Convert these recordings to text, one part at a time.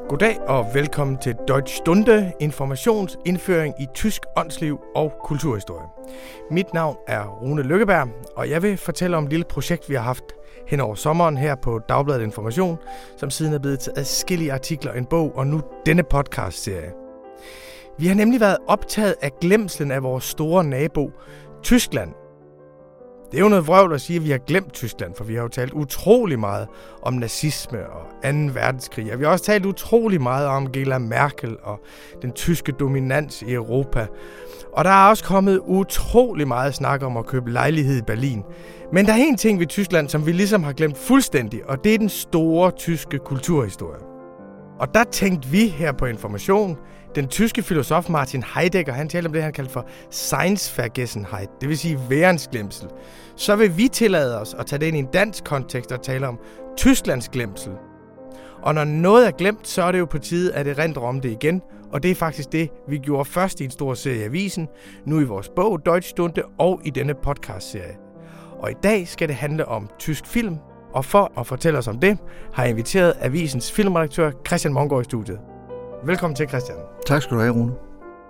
Goddag og velkommen til Deutsch Stunde, informationsindføring i tysk åndsliv og kulturhistorie. Mit navn er Rune Lykkeberg, og jeg vil fortælle om et lille projekt, vi har haft hen over sommeren her på Dagbladet Information, som siden er blevet til adskillige artikler, en bog og nu denne podcast-serie. Vi har nemlig været optaget af glemslen af vores store nabo, Tyskland. Det er jo noget vrøvl at sige, at vi har glemt Tyskland, for vi har jo talt utrolig meget om nazisme og 2. verdenskrig. Og vi har også talt utrolig meget om Angela Merkel og den tyske dominans i Europa. Og der er også kommet utrolig meget snak om at købe lejlighed i Berlin. Men der er en ting ved Tyskland, som vi ligesom har glemt fuldstændig, og det er den store tyske kulturhistorie. Og der tænkte vi her på Information, den tyske filosof Martin Heidegger, han talte om det, han kaldte for Seinsvergessenheit, det vil sige værensglemsel. Så vil vi tillade os at tage det ind i en dansk kontekst og tale om Tysklands glemsel. Og når noget er glemt, så er det jo på tide, at det render om det igen. Og det er faktisk det, vi gjorde først i en stor serie i avisen, nu i vores bog Deutsch Stunde og i denne podcast-serie. Og i dag skal det handle om tysk film, og for at fortælle os om det, har jeg inviteret avisens filmredaktør Christian Mongård i studiet. Velkommen til, Christian. Tak skal du have, Rune.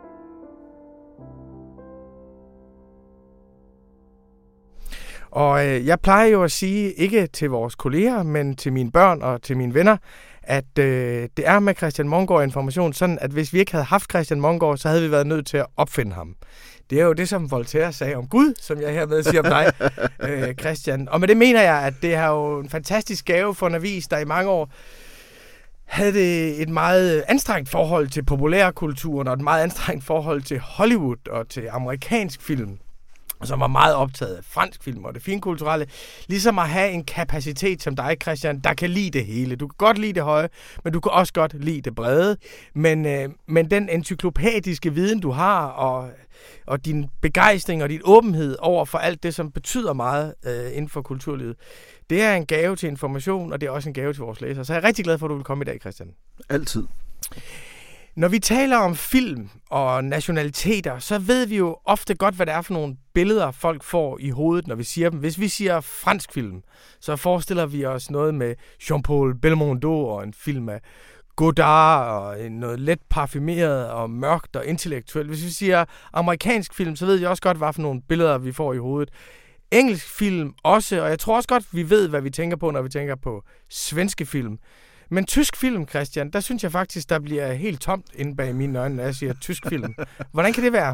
Og jeg plejer jo at sige, ikke til vores kolleger, men til mine børn og til mine venner, at det er med Christian Mongård Information sådan, at hvis vi ikke havde haft Christian Mongård, så havde vi været nødt til at opfinde ham. Det er jo det, som Voltaire sagde om Gud, som jeg hermed siger om dig, Christian. Og med det mener jeg, at det er jo en fantastisk gave for en avis, der i mange år havde det et meget anstrengt forhold til populærkulturen og et meget anstrengt forhold til Hollywood og til amerikansk film, som var meget optaget af fransk film og det finkulturelle, ligesom at have en kapacitet som dig, Christian, der kan lide det hele. Du kan godt lide det høje, men du kan også godt lide det brede. Men den encyklopædiske viden, du har, og din begejstring og din åbenhed over for alt det, som betyder meget inden for kulturlivet, det er en gave til Information, og det er også en gave til vores læsere. Så jeg er rigtig glad for, at du vil komme i dag, Christian. Altid. Når vi taler om film og nationaliteter, så ved vi jo ofte godt, hvad det er for nogle billeder, folk får i hovedet, når vi siger dem. Hvis vi siger fransk film, så forestiller vi os noget med Jean-Paul Belmondo og en film af Godard og noget let parfumeret og mørkt og intellektuelt. Hvis vi siger amerikansk film, så ved vi også godt, hvad for nogle billeder, vi får i hovedet. Engelsk film også, og jeg tror også godt, vi ved, hvad vi tænker på, når vi tænker på svenske film. Men tysk film, Christian, der synes jeg faktisk, der bliver helt tomt inde bag mine øjne, når jeg siger tysk film. Hvordan kan det være?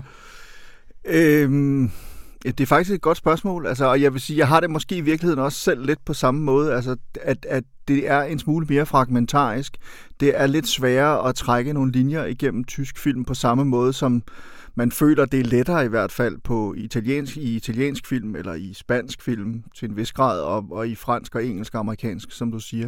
Det er faktisk et godt spørgsmål, og jeg vil sige, jeg har det måske i virkeligheden også selv lidt på samme måde, at det er en smule mere fragmentarisk. Det er lidt sværere at trække nogle linjer igennem tysk film på samme måde, som man føler, det er lettere i hvert fald på italiensk film eller i spansk film til en vis grad, og i fransk og engelsk og amerikansk, som du siger.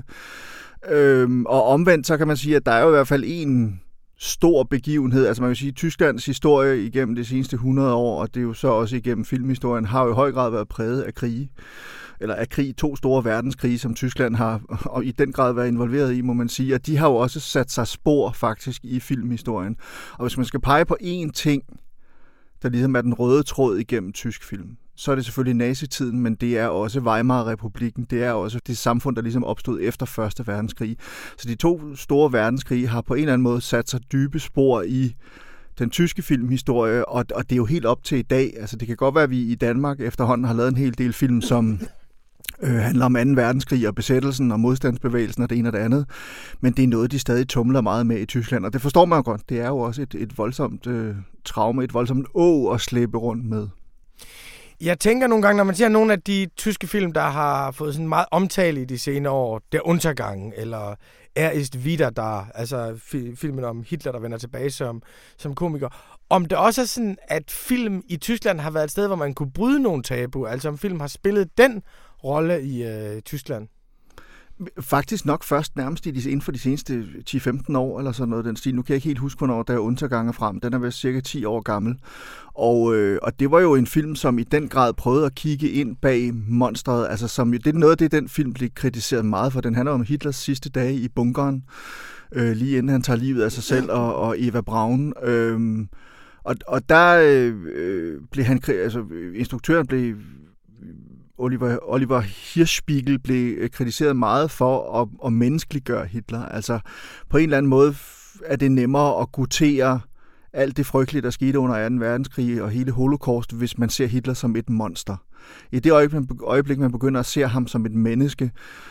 Og omvendt, så kan man sige, at der er jo i hvert fald en stor begivenhed. Altså man kan sige, at Tysklands historie igennem de seneste 100 år, og det er jo så også igennem filmhistorien, har jo i høj grad været præget af krige. Eller af krig, 2 store verdenskrige, som Tyskland har og i den grad været involveret i, må man sige. Og de har jo også sat sig spor faktisk i filmhistorien. Og hvis man skal pege på én ting, der ligesom er den røde tråd igennem tysk film, så er det selvfølgelig nazitiden, men det er også Weimar-republikken. Det er også det samfund, der ligesom opstod efter 1. verdenskrig. Så de 2 store verdenskrige har på en eller anden måde sat sig dybe spor i den tyske filmhistorie, og det er jo helt op til i dag. Altså det kan godt være, at vi i Danmark efterhånden har lavet en hel del film, som handler om 2. verdenskrig og besættelsen og modstandsbevægelsen og det ene og det andet. Men det er noget, de stadig tumler meget med i Tyskland, og det forstår man jo godt. Det er jo også et voldsomt traume, et voldsomt at slæbe rundt med. Jeg tænker nogle gange, når man ser nogle af de tyske film, der har fået sådan meget omtale i de senere år, Der Untergang eller Er ist wieder da, altså filmen om Hitler, der vender tilbage som komiker. Om det også er sådan, at film i Tyskland har været et sted, hvor man kunne bryde nogle tabuer, altså om film har spillet den rolle i Tyskland? Faktisk nok først nærmest inden for de seneste 10-15 år, eller sådan noget den stil. Nu kan jeg ikke helt huske, hvornår Der Untergang er frem. Den er vist cirka 10 år gammel. Og det var jo en film, som i den grad prøvede at kigge ind bag monstret. Altså, som jo, det er noget af det, den film blev kritiseret meget for. Den handler om Hitlers sidste dage i bunkeren, lige inden han tager livet af sig selv og Eva Braun. Og der blev han, altså instruktøren blev Oliver Hirschspiegel blev kritiseret meget for at menneskeliggøre Hitler. Altså på en eller anden måde er det nemmere at gutere alt det frygtelige, der skete under 2. verdenskrig og hele holocaust, hvis man ser Hitler som et monster. I det øjeblik, man begynder at se ham som et menneske,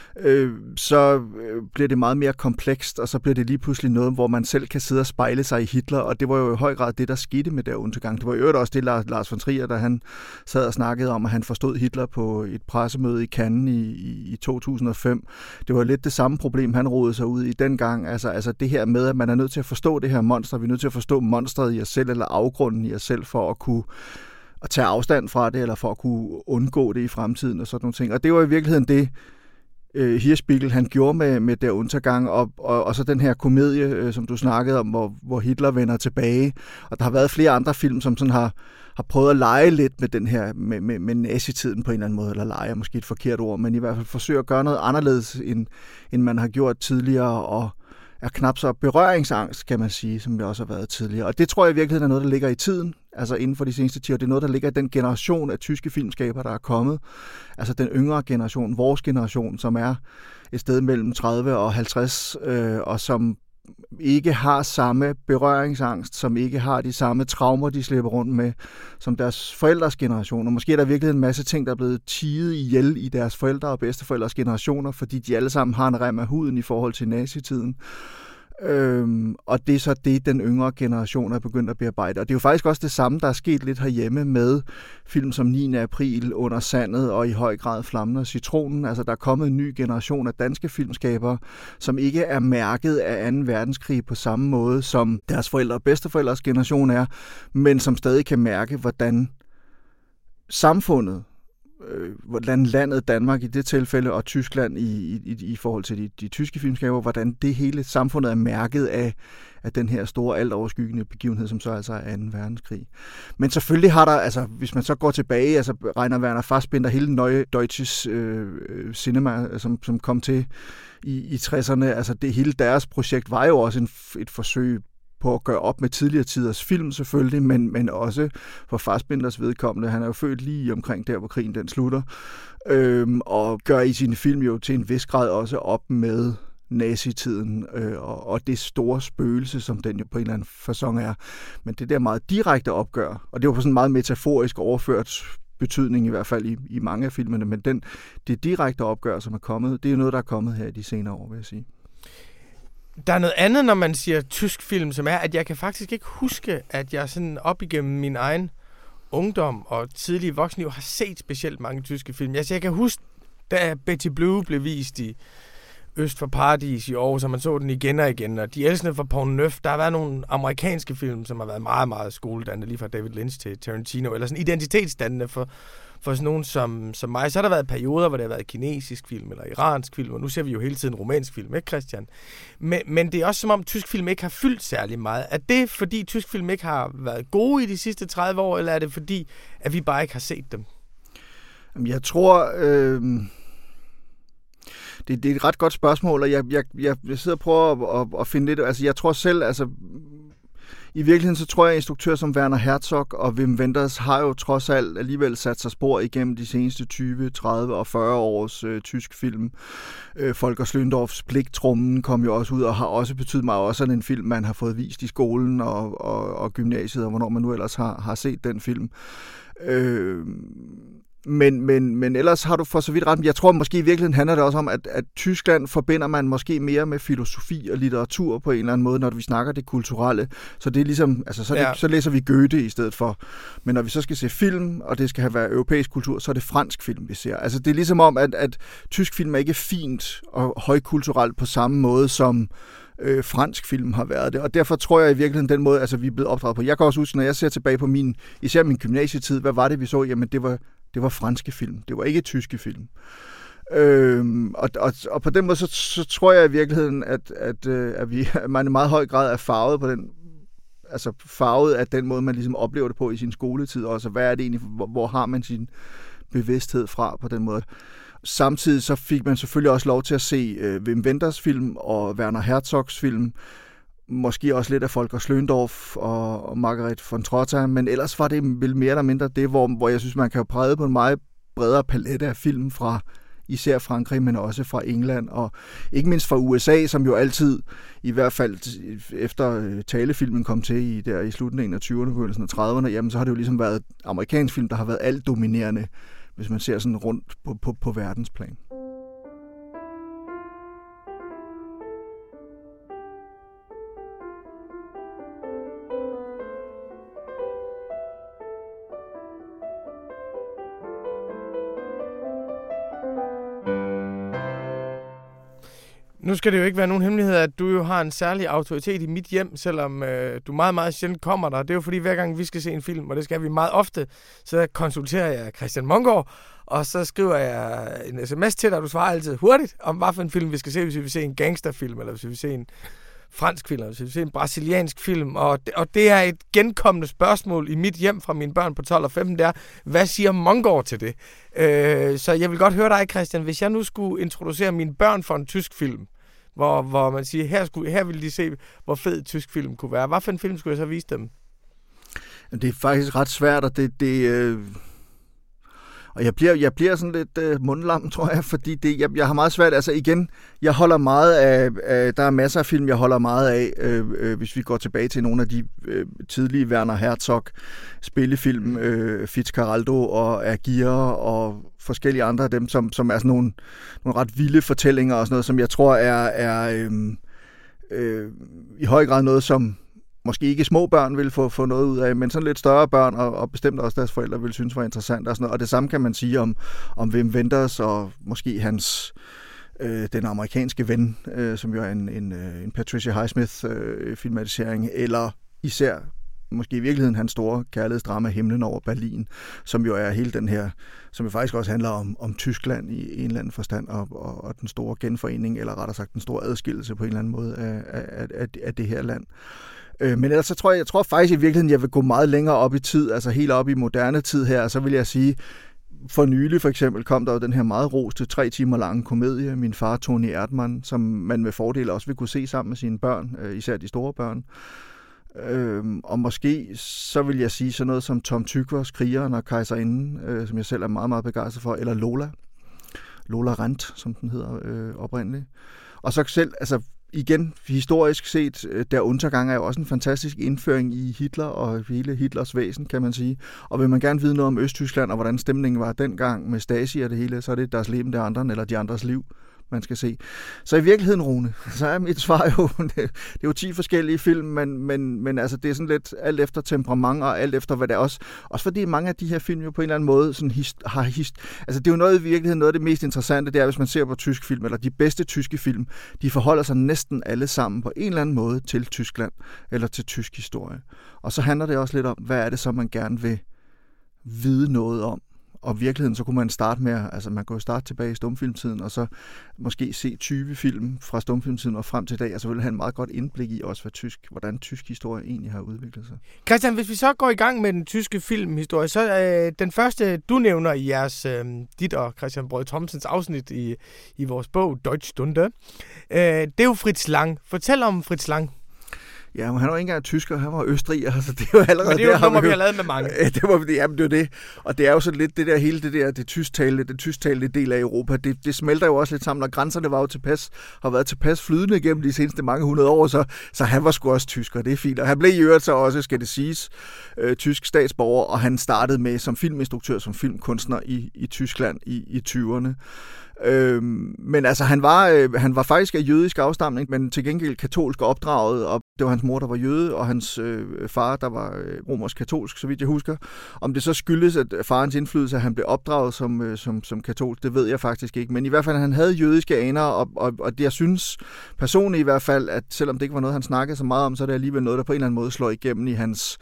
så bliver det meget mere komplekst, og så bliver det lige pludselig noget, hvor man selv kan sidde og spejle sig i Hitler, og det var jo i høj grad det, der skete med Der Untergang. Det var jo også det, Lars von Trier, da han sad og snakkede om, at han forstod Hitler på et pressemøde i Cannes i 2005. Det var lidt det samme problem, han rodede sig ud i dengang. Altså det her med, at man er nødt til at forstå det her monster, vi er nødt til at forstå monstret i os selv, eller afgrunden i os selv, for at kunne at tage afstand fra det, eller for at kunne undgå det i fremtiden og sådan nogle ting. Og det var i virkeligheden det, Hirschspiegel han gjorde med Der Untergang, og så den her komedie, som du snakkede om, hvor Hitler vender tilbage. Og der har været flere andre film, som sådan har prøvet at lege lidt med den her, med nazitiden på en eller anden måde, eller lege er måske et forkert ord, men i hvert fald forsøge at gøre noget anderledes, end man har gjort tidligere, og er knap så berøringsangst, kan man sige, som det også har været tidligere. Og det tror jeg i virkeligheden er noget, der ligger i tiden, altså inden for de seneste 10 år. Det er noget, der ligger i den generation af tyske filmskabere, der er kommet. Altså den yngre generation, vores generation, som er et sted mellem 30 og 50, og som ikke har samme berøringsangst, som ikke har de samme traumer, de slipper rundt med, som deres forældres generation. Og måske er der virkelig en masse ting, der er blevet tiet ihjel i deres forældre og bedsteforældres generationer, fordi de alle sammen har en rem af huden i forhold til nazitiden. Og det er så det, den yngre generation er begyndt at bearbejde. Og det er jo faktisk også det samme, der er sket lidt herhjemme med film som 9. april, Under sandet og i høj grad Flammen og Citronen. Altså der er kommet en ny generation af danske filmskabere, som ikke er mærket af 2. verdenskrig på samme måde, som deres forældre og bedsteforældres generation er, men som stadig kan mærke, hvordan samfundet, hvordan landet Danmark i det tilfælde, og Tyskland i forhold til de tyske filmskaber, hvordan det hele samfundet er mærket af den her store, alt overskyggende begivenhed, som så altså er 2. verdenskrig. Men selvfølgelig har der, altså hvis man så går tilbage, altså Rainer Werner Fassbinder, hele Neue Deutsches Cinema, som kom til i 60'erne, altså det hele deres projekt var jo også et forsøg på at gøre op med tidligere tiders film selvfølgelig, men også for Fassbinders vedkommende. Han er jo født lige omkring der, hvor krigen den slutter, og gør i sine film jo til en vis grad også op med nazitiden og det store spøgelse, som den jo på en eller anden facon er. Men det der meget direkte opgør, og det var på sådan en meget metaforisk overført betydning i hvert fald i mange af filmene, men det direkte opgør, som er kommet, det er jo noget, der er kommet her i de senere år, vil jeg sige. Der er noget andet, når man siger tysk film, som er, at jeg kan faktisk ikke huske, at jeg sådan op igennem min egen ungdom og tidlige voksenliv har set specielt mange tyske film. Altså, jeg kan huske, da Betty Blue blev vist i Øst for Paradis i Aarhus, så man så den igen og igen, og De Elskende fra Pont-Neuf, der har været nogle amerikanske film, som har været meget, meget skoledannende, lige fra David Lynch til Tarantino, eller sådan identitetsdannende for sådan nogen som mig. Så har der været perioder, hvor det har været kinesisk film eller iransk film, og nu ser vi jo hele tiden romansk film, ikke Christian? Men det er også som om tysk film ikke har fyldt særlig meget. Er det fordi tysk film ikke har været gode i de sidste 30 år, eller er det fordi, at vi bare ikke har set dem? Jeg tror... Det er et ret godt spørgsmål, og jeg sidder og prøver at finde lidt... Altså, jeg tror selv... Altså, i virkeligheden så tror jeg, at instruktører som Werner Herzog og Wim Wenders har jo trods alt alligevel sat sig spor igennem de seneste 20, 30 og 40 års tysk film. Volker Schlöndorffs Bliktrummen kom jo også ud og har også betydet mig også sådan en film, man har fået vist i skolen og gymnasiet, og hvornår man nu ellers har set den film. Men ellers har du for så vidt ret. Jeg tror måske i virkeligheden handler det også om, at Tyskland forbinder man måske mere med filosofi og litteratur på en eller anden måde, når vi snakker det kulturelle. Så det er ligesom, altså så læser vi Goethe i stedet for. Men når vi så skal se film, og det skal have været europæisk kultur, så er det fransk film, vi ser. Altså det er ligesom om, at tysk film er ikke fint og højkulturelt på samme måde som fransk film har været det, og derfor tror jeg i virkeligheden den måde, altså vi er blevet opdraget på. Jeg kan også huske, når jeg ser tilbage på især min gymnasietid, hvad var det, vi så? Jamen det var franske film. Det var ikke tyske film. Og på den måde, så tror jeg i virkeligheden, at man i meget høj grad er farvet på den, altså farvet af den måde, man ligesom oplever det på i sin skoletid også. Hvad er det egentlig, hvor har man sin bevidsthed fra på den måde? Samtidig så fik man selvfølgelig også lov til at se Wim Wenders film og Werner Herzogs film, måske også lidt af Volker Schlöndorff og Margaret von Trotta, men ellers var det vel mere eller mindre det, hvor jeg synes, man kan præge på en meget bredere palette af film fra især Frankrig, men også fra England, og ikke mindst fra USA, som jo altid, i hvert fald efter talefilmen kom til i slutningen af 20'erne, begyndelsen af 30'erne, jamen så har det jo ligesom været amerikansk film, der har været alt dominerende, hvis man ser sådan rundt på verdensplan. Nu skal det jo ikke være nogen hemmelighed, at du jo har en særlig autoritet i mit hjem, selvom du meget, meget sjældent kommer der. Det er jo fordi, hver gang vi skal se en film, og det skal vi meget ofte, så konsulterer jeg Christian Mongård, og så skriver jeg en sms til dig, du svarer altid hurtigt, om hvad for en film vi skal se, hvis vi vil se en gangsterfilm, eller hvis vi vil se en fransk film, eller hvis vi vil se en brasiliansk film. Og det er et genkommende spørgsmål i mit hjem fra mine børn på 12 og 15, det er, hvad siger Mongård til det? Så jeg vil godt høre dig, Christian, hvis jeg nu skulle introducere mine børn for en tysk film, hvor man siger, her ville de se, hvor fed tysk film kunne være. Hvad for en film skulle jeg så vise dem? Det er faktisk ret svært, og og jeg bliver sådan lidt mundlam, tror jeg, fordi jeg har meget svært, altså igen, jeg holder meget af, der er masser af film, jeg holder meget af, hvis vi går tilbage til nogle af de tidlige Werner Herzog spillefilm, Fitzcarraldo og Aguirre og forskellige andre af dem, som er sådan nogle ret vilde fortællinger og sådan noget, som jeg tror er i høj grad noget, som måske ikke små børn vil få noget ud af, men sådan lidt større børn, og bestemt også deres forældre vil synes var interessant. Og sådan noget. Og det samme kan man sige om Wim Wenders og måske hans den amerikanske ven, som jo er en Patricia Highsmith filmatisering, eller især måske i virkeligheden hans store kærlighedsdrama Himlen over Berlin, som jo er hele den her, som jo faktisk også handler om Tyskland i en eller anden forstand, og den store genforening, eller rettere sagt den store adskillelse på en eller anden måde af det her land. Men ellers så jeg tror faktisk i virkeligheden, jeg vil gå meget længere op i tid, altså helt op i moderne tid her, og så vil jeg sige, for nylig for eksempel kom der jo den her meget roste 3 timer lange komedie, Min far Toni Erdmann, som man med fordel også vil kunne se sammen med sine børn, især de store børn. Og måske så vil jeg sige sådan noget som Tom Tykwers Krigeren og Kejserinden, som jeg selv er meget, meget begejstret for, eller Lola Rent, som den hedder oprindeligt. Og så selv, altså igen, historisk set, Der Untergang er jo også en fantastisk indføring i Hitler og hele Hitlers væsen, kan man sige. Og vil man gerne vide noget om Østtyskland og hvordan stemningen var dengang med Stasi og det hele, så er det Deres Leben der Anderen eller De Andres Liv, man skal se. Så i virkeligheden, Rune, så er mit svar jo, det er jo 10 forskellige film, men altså det er sådan lidt alt efter temperament og alt efter hvad det er også fordi mange af de her film jo på en eller anden måde sådan altså det er jo noget i virkeligheden, noget af det mest interessante, det er, hvis man ser på tysk film, eller de bedste tyske film, de forholder sig næsten alle sammen på en eller anden måde til Tyskland, eller til tysk historie. Og så handler det også lidt om, hvad er det så, man gerne vil vide noget om. Og i virkeligheden, så kunne man starte med, altså man kunne starte tilbage i stumfilmtiden, og så måske se 20 film fra stumfilmtiden og frem til i dag, og så vil have en meget godt indblik i også, hvordan tysk historie egentlig har udviklet sig. Christian, hvis vi så går i gang med den tyske filmhistorie, så den første, du nævner i jeres, dit og Christian Brød Thomsens afsnit i vores bog, Deutsch Stunde, det er jo Fritz Lang. Fortæl om Fritz Lang. Ja, men han var ikke engang tysker, han var østriger, så det er jo allerede... Men det er jo et nummer, vi har lavet med mange. Det er jo det. Og det er jo så lidt det der hele det tysktalende del af Europa, det smelter jo også lidt sammen, og grænserne har været tilpas flydende gennem de seneste mange 100 år, så han var sgu også tysker, det er fint. Og han blev i øvrigt så også, skal det siges, tysk statsborger, og han startede med som filminstruktør, som filmkunstner i Tyskland i 20'erne. Men altså han var faktisk af jødisk afstamning, men til gengæld katolsk opdraget, og det var hans mor, der var jøde, og hans far, der var romersk katolsk, så vidt jeg husker. Om det så skyldes, at farens indflydelse, at han blev opdraget som katolsk, det ved jeg faktisk ikke. Men i hvert fald, han havde jødiske aner, og jeg synes personligt i hvert fald, at selvom det ikke var noget, han snakkede så meget om, så er det alligevel noget, der på en eller anden måde slår igennem i hans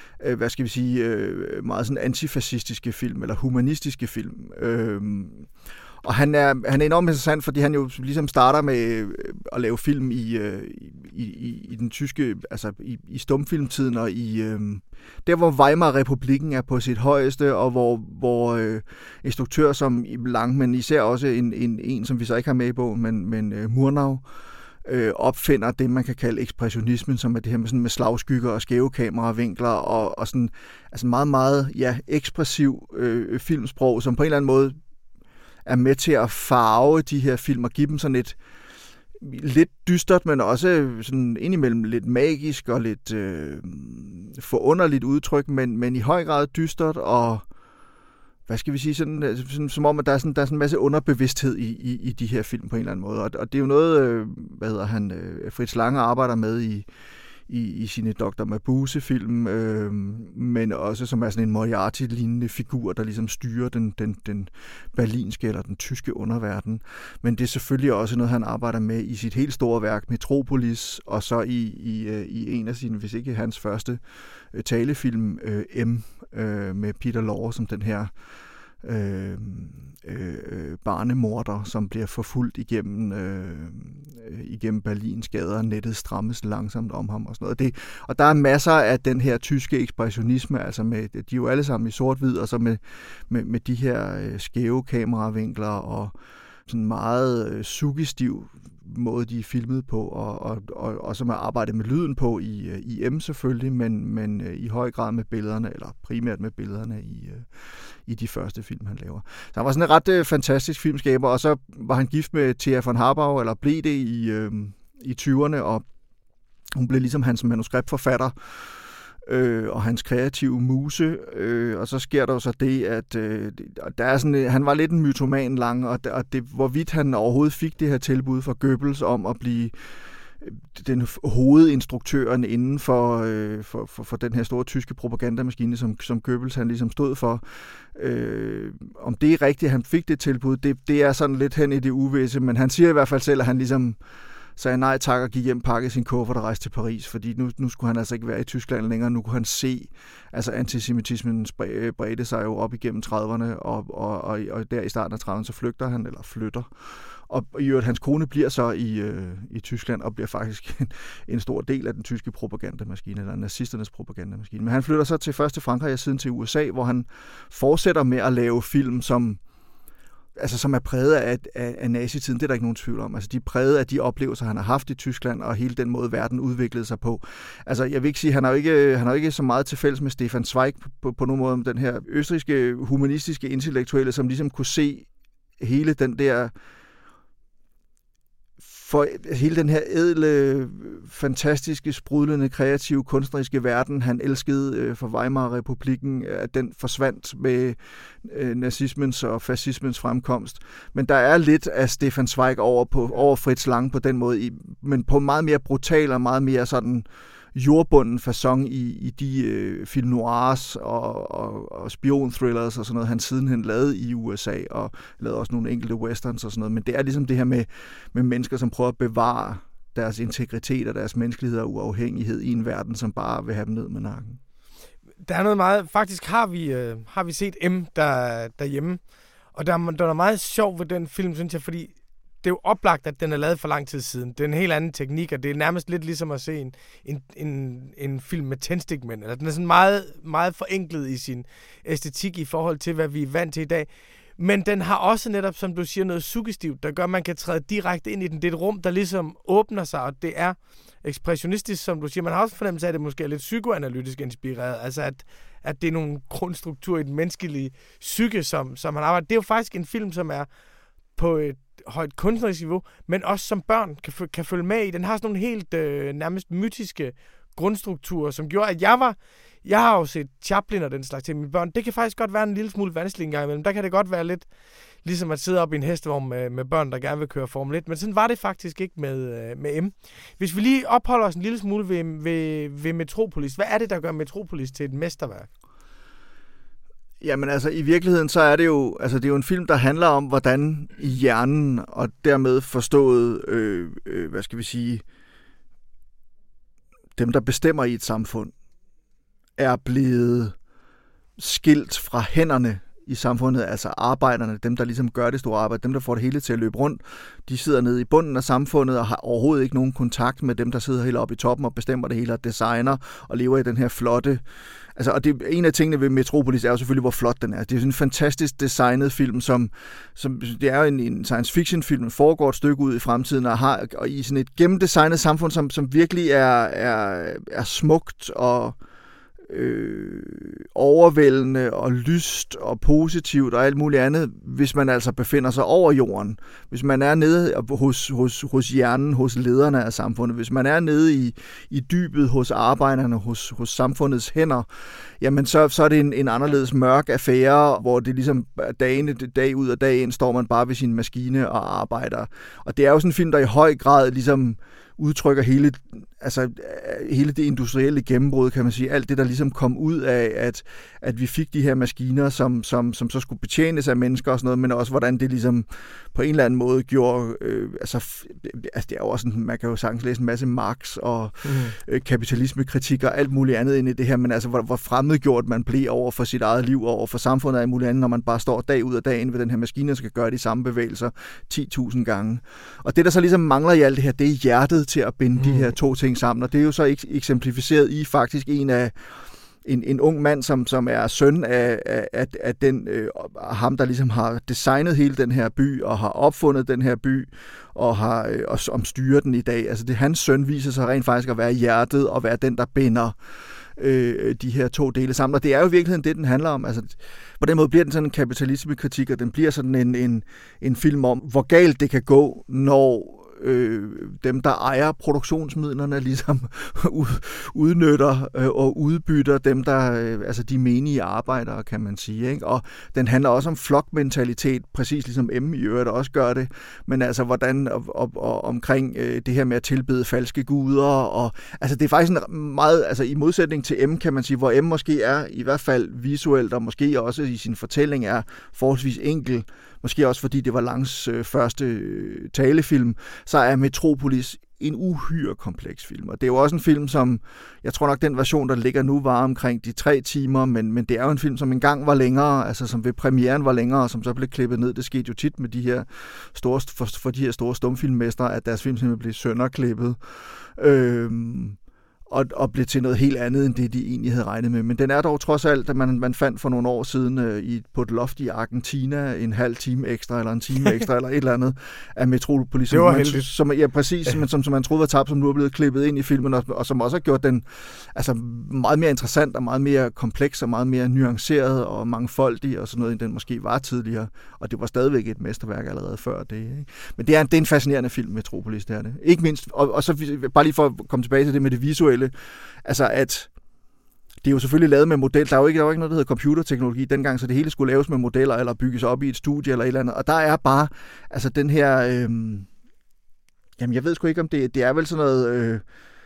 meget sådan antifascistiske film, eller humanistiske film. Og han er enormt interessant, fordi han jo ligesom starter med at lave film i den tyske, altså i stumfilmtiden, og der hvor Weimar-republikken er på sit højeste, og hvor instruktør som Lang, men især også en som vi så ikke har med i bogen, men Murnau, opfinder det, man kan kalde ekspressionismen, som er det her med, sådan med slagskygger og skæve kameravinkler og sådan altså meget, meget ekspressiv filmsprog, som på en eller anden måde er med til at farve de her film og give dem sådan et lidt dystert, men også sådan indimellem lidt magisk og lidt forunderligt udtryk, men i høj grad dystert og hvad skal vi sige, sådan som om, at der er sådan en masse underbevidsthed i de her film på en eller anden måde. Og det er jo noget, Fritz Lange arbejder med i sine Dr. Mabuse-film, men også som er sådan en Moriarty-lignende figur, der ligesom styrer den berlinske eller den tyske underverden. Men det er selvfølgelig også noget, han arbejder med i sit helt store værk Metropolis, og så i en af sine, hvis ikke hans første talefilm, M, med Peter Lorre som den her barnemorder, som bliver forfulgt igennem Berlins gader, og nettet strammes langsomt om ham og sådan noget. Og der er masser af den her tyske ekspressionisme, altså med, de er jo alle sammen i sort-hvid, og så med de her skæve kameravinkler og sådan meget suggestiv måde, de er filmet på, og som er arbejdet med lyden på i M selvfølgelig, men i høj grad med billederne, eller primært med billederne i de første film, han laver. Så han var sådan en ret fantastisk filmskaber, og så var han gift med Thea von Harbou, eller blev det i 20'erne, og hun blev ligesom hans manuskriptforfatter, og hans kreative muse, og så sker der jo så det, at der er sådan, han var lidt en mytoman Lange, og det, hvorvidt han overhovedet fik det her tilbud fra Goebbels om at blive den hovedinstruktøren inden for den her store tyske propagandamaskine, som Goebbels han ligesom stod for. Om det er rigtigt, at han fik det tilbud, det er sådan lidt hen i det uvisse, men han siger i hvert fald selv, at han ligesom sagde nej tak og gik hjem, pakkede sin kuffert og rejste til Paris, fordi nu skulle han altså ikke være i Tyskland længere. Nu kunne han se, altså antisemitismen bredte sig jo op igennem 30'erne, og der i starten af 30'erne, så flytter. Og i øvrigt, hans kone bliver så i Tyskland og bliver faktisk en stor del af den tyske propagandamaskine, eller nazisternes propagandamaskine. Men han flytter så først til Frankrig og siden til USA, hvor han fortsætter med at lave film, som er præget af nazitiden, det er der ikke nogen tvivl om. Altså, de er præget af de oplevelser, han har haft i Tyskland, og hele den måde, verden udviklede sig på. Altså, jeg vil ikke sige, han har ikke så meget til fælles med Stefan Zweig på nogen måde, den her østrigske, humanistiske, intellektuelle, som ligesom kunne se hele den der for hele den her ædle, fantastiske, sprudlende, kreative, kunstneriske verden, han elskede for Weimar-republikken, at den forsvandt med nazismens og fascismens fremkomst. Men der er lidt af Stefan Zweig over Fritz Lang på den måde, men på en meget mere brutal og meget mere sådan jordbunden facon i de film noirs og spion-thrillers og sådan noget, han sidenhen lavede i USA, og lavede også nogle enkelte westerns og sådan noget. Men det er ligesom det her med mennesker, som prøver at bevare deres integritet og deres menneskelighed og uafhængighed i en verden, som bare vil have dem ned med nakken. Der er noget meget... Faktisk har vi set M derhjemme, og der er meget sjov ved den film, synes jeg, fordi det er jo oplagt, at den er lavet for lang tid siden. Det er en helt anden teknik, og det er nærmest lidt ligesom at se en film med tændstikmænd. Eller den er sådan meget, meget forenklet i sin æstetik i forhold til, hvad vi er vant til i dag. Men den har også netop, som du siger, noget suggestivt, der gør, at man kan træde direkte ind i den. Det er et rum, der ligesom åbner sig, og det er ekspressionistisk, som du siger. Man har også fornemmelse af, at det måske er lidt psykoanalytisk inspireret. Altså, at det er nogle grundstrukturer i den menneskelige psyke, som han arbejder. Det er jo faktisk en film, som er på et højt kunstnerisk niveau, men også som børn kan følge med i. Den har sådan nogle helt nærmest mytiske grundstrukturer, som gjorde, at jeg har jo set Chaplin og den slags til mine børn. Det kan faktisk godt være en lille smule vanskeligt en gang imellem. Der kan det godt være lidt ligesom at sidde op i en hestevogn med børn, der gerne vil køre Formel 1, men sådan var det faktisk ikke med M. Hvis vi lige opholder os en lille smule ved Metropolis, hvad er det, der gør Metropolis til et mesterværk? Jamen altså, i virkeligheden, så er det jo, altså det er jo en film, der handler om, hvordan hjernen, og dermed forstået, hvad skal vi sige, dem, der bestemmer i et samfund, er blevet skilt fra hænderne i samfundet, altså arbejderne, dem, der ligesom gør det store arbejde, dem, der får det hele til at løbe rundt, de sidder nede i bunden af samfundet og har overhovedet ikke nogen kontakt med dem, der sidder helt oppe i toppen og bestemmer det hele og designer og lever i den her flotte, Altså, og det, en af tingene ved Metropolis er jo selvfølgelig, hvor flot den er. Det er sådan en fantastisk designet film, som det er jo en science fiction film, foregår et stykke ud i fremtiden, og i sådan et gennemdesignet samfund, som virkelig er smukt og overvældende og lyst og positivt og alt muligt andet, hvis man altså befinder sig over jorden. Hvis man er nede hos hjernen, hos lederne af samfundet, hvis man er nede i dybet hos arbejderne, hos samfundets hænder, jamen så er det en anderledes mørk affære, hvor det ligesom dag ud og dag ind står man bare ved sin maskine og arbejder. Og det er jo sådan en film, der i høj grad ligesom udtrykker hele det industrielle gennembrud, kan man sige. Alt det, der ligesom kom ud af, at vi fik de her maskiner, som så skulle betjenes af mennesker og sådan noget, men også hvordan det ligesom på en eller anden måde gjorde, det er jo også sådan, man kan jo sagtens læse en masse Marx og kapitalismekritik og alt muligt andet ind i det her, men altså, hvor fremmedgjort man blev over for sit eget liv og over for samfundet og alt muligt andet, når man bare står dag ud og dag ind ved den her maskine og skal gøre de samme bevægelser 10.000 gange. Og det, der så ligesom mangler i alt det her, det er hjertet til at binde de her to ting sammen, og det er jo så eksemplificeret i faktisk en ung mand, som er søn af den ham, der ligesom har designet hele den her by og har opfundet den her by og som styrer den i dag. Altså det hans søn viser sig rent faktisk at være hjertet og være den, der binder de her to dele sammen. Og det er jo i virkeligheden det, den handler om. Altså, på den måde bliver den sådan en kapitalismekritik, og den bliver sådan en film om, hvor galt det kan gå, når dem, der ejer produktionsmidlerne, ligesom udnytter og udbytter dem, der altså de menige arbejdere, kan man sige. Ikke? Og den handler også om flokmentalitet, præcis ligesom M i øvrigt også gør det, men altså hvordan og omkring det her med at tilbede falske guder, og altså det er faktisk en meget, altså i modsætning til M, kan man sige, hvor M måske er i hvert fald visuelt, og måske også i sin fortælling er forholdsvis enkel, måske også fordi det var Langs første talefilm, så er Metropolis en uhyre kompleks film. Og det er jo også en film, som, jeg tror nok, den version, der ligger nu, var omkring de 3 timer, men det er jo en film, som engang var længere, altså som ved premieren var længere, og som så blev klippet ned. Det skete jo tit med de her store, for de her store stumfilmmestre, at deres film simpelthen blev sønderklippet. Og blev til noget helt andet, end det de egentlig havde regnet med. Men den er dog trods alt, at man fandt for nogle år siden på et loft i Argentina en halv time ekstra, eller en time ekstra, eller et eller andet af Metropolis. Det var heldigt. Ja, præcis, men som man troede var tabt, som nu er blevet klippet ind i filmen, og som også har gjort den altså, meget mere interessant, og meget mere kompleks, og meget mere nuanceret, og mangfoldig, og sådan noget, end den måske var tidligere. Og det var stadigvæk et mesterværk allerede før det. Ikke? Men det er en fascinerende film, Metropolis, det er det. Ikke mindst, og så bare lige for at komme tilbage til det med det visuelle, altså at det er jo selvfølgelig lavet med model. Der var ikke noget, der hedder computerteknologi dengang, så det hele skulle laves med modeller eller bygges op i et studie eller et eller andet. Og der er bare altså den her jamen jeg ved sgu ikke om det er vel sådan noget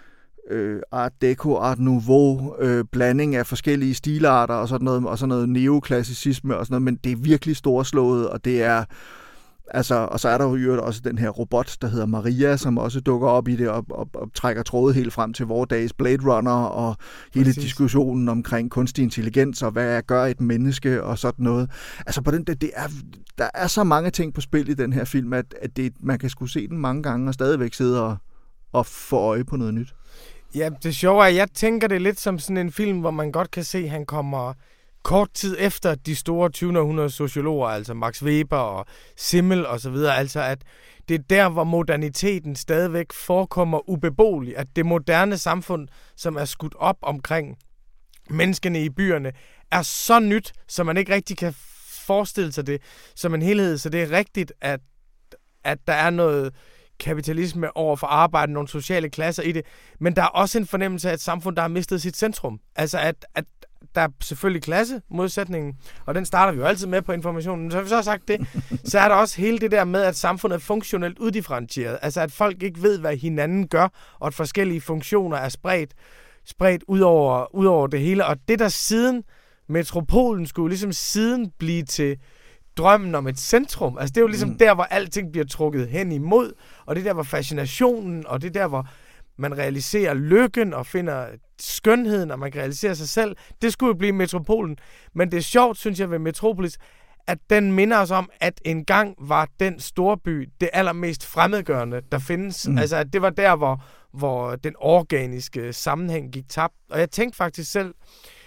Art Deco, Art Nouveau blanding af forskellige stilarter og sådan noget neoklassicisme og sådan noget, men det er virkelig storslået, og det er altså, og så er der jo også den her robot, der hedder Maria, som også dukker op i det og trækker trådet helt frem til vores dages Blade Runner og hele diskussionen omkring kunstig intelligens og hvad gør et menneske og sådan noget. Altså på der er så mange ting på spil i den her film, at man kan sgu se den mange gange og stadigvæk sidde og få øje på noget nyt. Ja, det sjove er, at jeg tænker det lidt som sådan en film, hvor man godt kan se, at han kommer kort tid efter de store 20. århundrede sociologer, altså Max Weber og Simmel og så videre, altså at det er der, hvor moderniteten stadigvæk forekommer ubeboelig, at det moderne samfund, som er skudt op omkring menneskene i byerne, er så nyt, så man ikke rigtig kan forestille sig det som en helhed. Så det er rigtigt, at der er noget kapitalisme over for arbejde, nogle sociale klasser i det, men der er også en fornemmelse af et samfund, der har mistet sit centrum. Altså at der er selvfølgelig klassemodsætningen, og den starter vi jo altid med på Informationen. Så har vi så sagt det, så er der også hele det der med, at samfundet er funktionelt uddifferentieret. Altså at folk ikke ved, hvad hinanden gør, og at forskellige funktioner er spredt ud over det hele. Og det der siden Metropolen skulle ligesom siden blive til drømmen om et centrum. Altså det er jo ligesom der, hvor alting bliver trukket hen imod, og det er der, hvor fascinationen, og det er der, hvor man realiserer lykken og finder skønheden, og man kan realisere sig selv. Det skulle jo blive Metropolen. Men det er sjovt, synes jeg, ved Metropolis, at den minder os om, at engang var den storby det allermest fremmedgørende, der findes. Altså, at det var der, hvor den organiske sammenhæng gik tabt. Og jeg tænkte faktisk selv,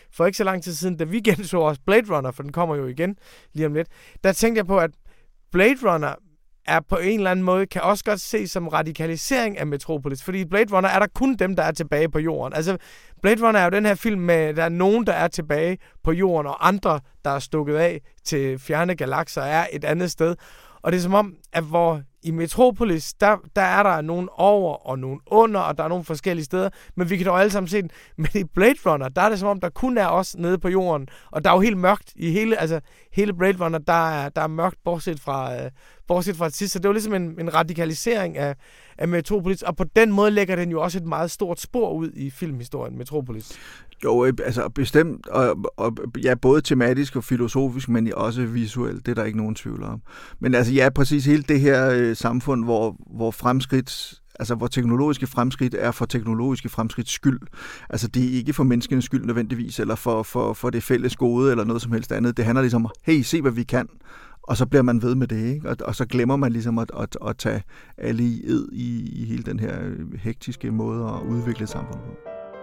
for ikke så lang tid siden, da vi genså også Blade Runner, for den kommer jo igen lige om lidt, der tænkte jeg på, at Blade Runner er på en eller anden måde, kan også godt ses som radikalisering af Metropolis, fordi i Blade Runner er der kun dem, der er tilbage på jorden. Altså, Blade Runner er jo den her film med, der er nogen, der er tilbage på jorden, og andre, der er stukket af til fjerne galakser, er et andet sted. Og det er som om, at hvor i Metropolis, der er der nogen over og nogen under, og der er nogle forskellige steder, men vi kan dog alle sammen se den. Men i Blade Runner, der er det som om, der kun er os nede på jorden, og der er jo helt mørkt i hele Blade Runner, der er mørkt, bortset fra det sidste. Så det er jo ligesom en radikalisering af Metropolis, og på den måde lægger den jo også et meget stort spor ud i filmhistorien, Metropolis. Jo, altså bestemt, og ja, både tematisk og filosofisk, men også visuelt, det er der ikke nogen tvivl om. Men altså ja, præcis hele det her samfund, hvor fremskridt, altså hvor teknologiske fremskridt er for teknologiske fremskridts skyld. Altså det er ikke for menneskenes skyld nødvendigvis, eller for det fælles gode, eller noget som helst andet. Det handler ligesom om, hey, se hvad vi kan, og så bliver man ved med det, ikke? Og så glemmer man ligesom at tage alle i ed i hele den her hektiske måde at udvikle et samfund på.